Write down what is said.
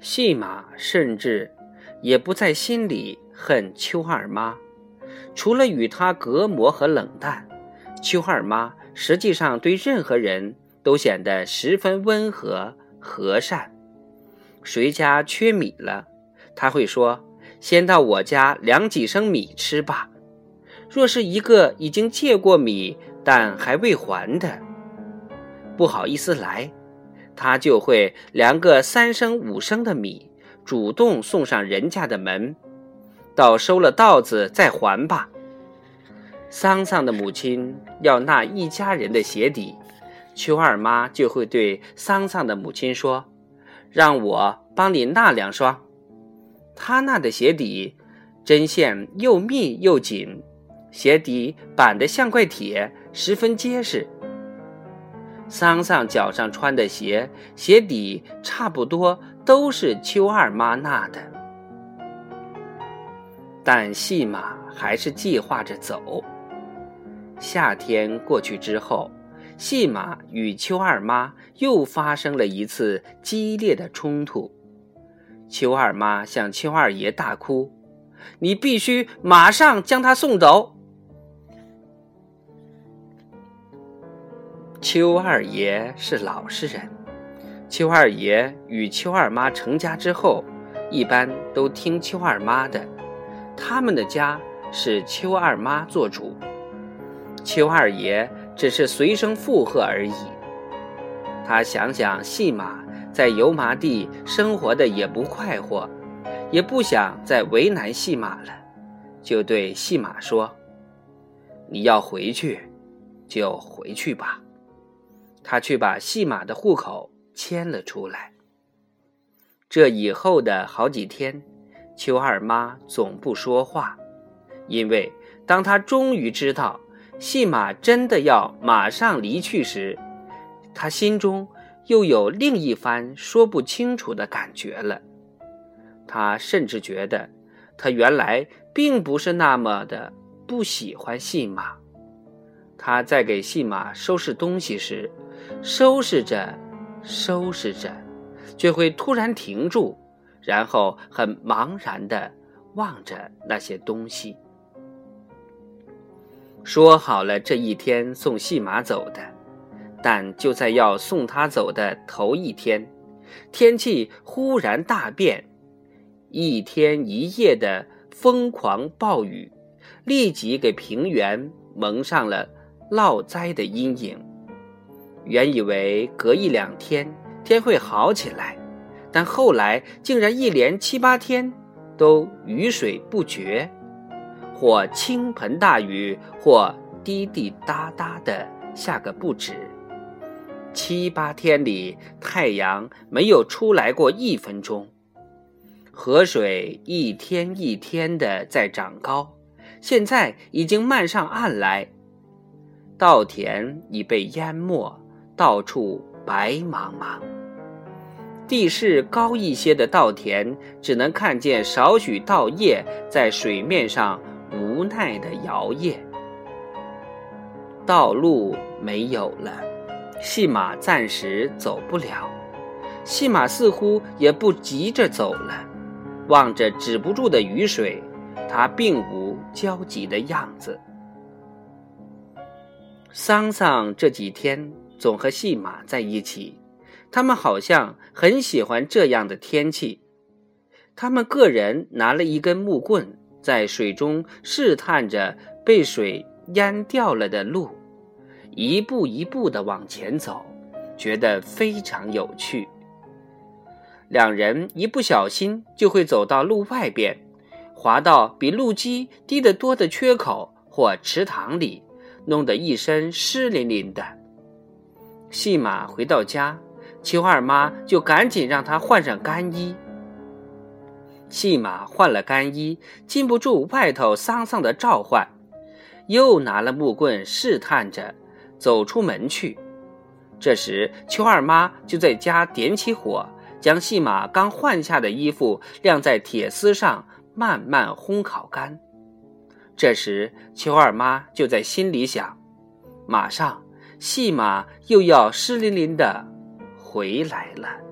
细马甚至也不在心里恨邱二妈，除了与她隔膜和冷淡，邱二妈实际上对任何人都显得十分温和和善。谁家缺米了，她会说：“先到我家量几升米吃吧。”若是一个已经借过米但还未还的，不好意思来，他就会量个3升5升的米，主动送上人家的门，到收了稻子再还吧。桑桑的母亲要纳一家人的鞋底，邱二妈就会对桑桑的母亲说：“让我帮你纳2双。”她纳的鞋底针线又密又紧，鞋底板得像块铁，十分结实。桑桑脚上穿的鞋底差不多都是邱二妈纳的。但细马还是计划着走。夏天过去之后，细马与邱二妈又发生了一次激烈的冲突。邱二妈向邱二爷大哭：“你必须马上将他送走！”邱二爷是老实人，邱二爷与邱二妈成家之后，一般都听邱二妈的，他们的家是邱二妈做主，邱二爷只是随声附和而已。他想想细马在油麻地生活的也不快活，也不想再为难细马了，就对细马说：“你要回去就回去吧。”他去把细马的户口迁了出来。这以后的好几天，邱二妈总不说话，因为当她终于知道细马真的要马上离去时，她心中又有另一番说不清楚的感觉了。她甚至觉得她原来并不是那么的不喜欢细马。她在给细马收拾东西时，收拾着收拾着，却会突然停住，然后很茫然地望着那些东西。说好了这一天送细马走的，但就在要送他走的头一天，天气忽然大变，一天一夜的疯狂暴雨，立即给平原蒙上了涝灾的阴影。原以为隔1、2天天会好起来，但后来竟然一连7、8天都雨水不绝，或倾盆大雨，或滴滴答答的下个不止。7、8天里，太阳没有出来过1分钟。河水一天一天的在长高，现在已经漫上岸来。稻田已被淹没，到处白茫茫。地势高一些的稻田只能看见少许稻叶在水面上无奈地摇曳。道路没有了，细马暂时走不了。细马似乎也不急着走了，望着止不住的雨水，它并无焦急的样子。桑桑这几天总和细马在一起，他们好像很喜欢这样的天气。他们个人拿了一根木棍，在水中试探着被水淹掉了的路，一步一步地往前走，觉得非常有趣。两人一不小心就会走到路外边，滑到比路基低得多的缺口或池塘里，弄得一身湿淋淋的。细马回到家，邱二妈就赶紧让他换上干衣。细马换了干衣，禁不住外头桑桑的召唤，又拿了木棍试探着走出门去。这时邱二妈就在家点起火，将细马刚换下的衣服晾在铁丝上慢慢烘烤干。这时邱二妈就在心里想，马上细马又要湿淋淋的回来了。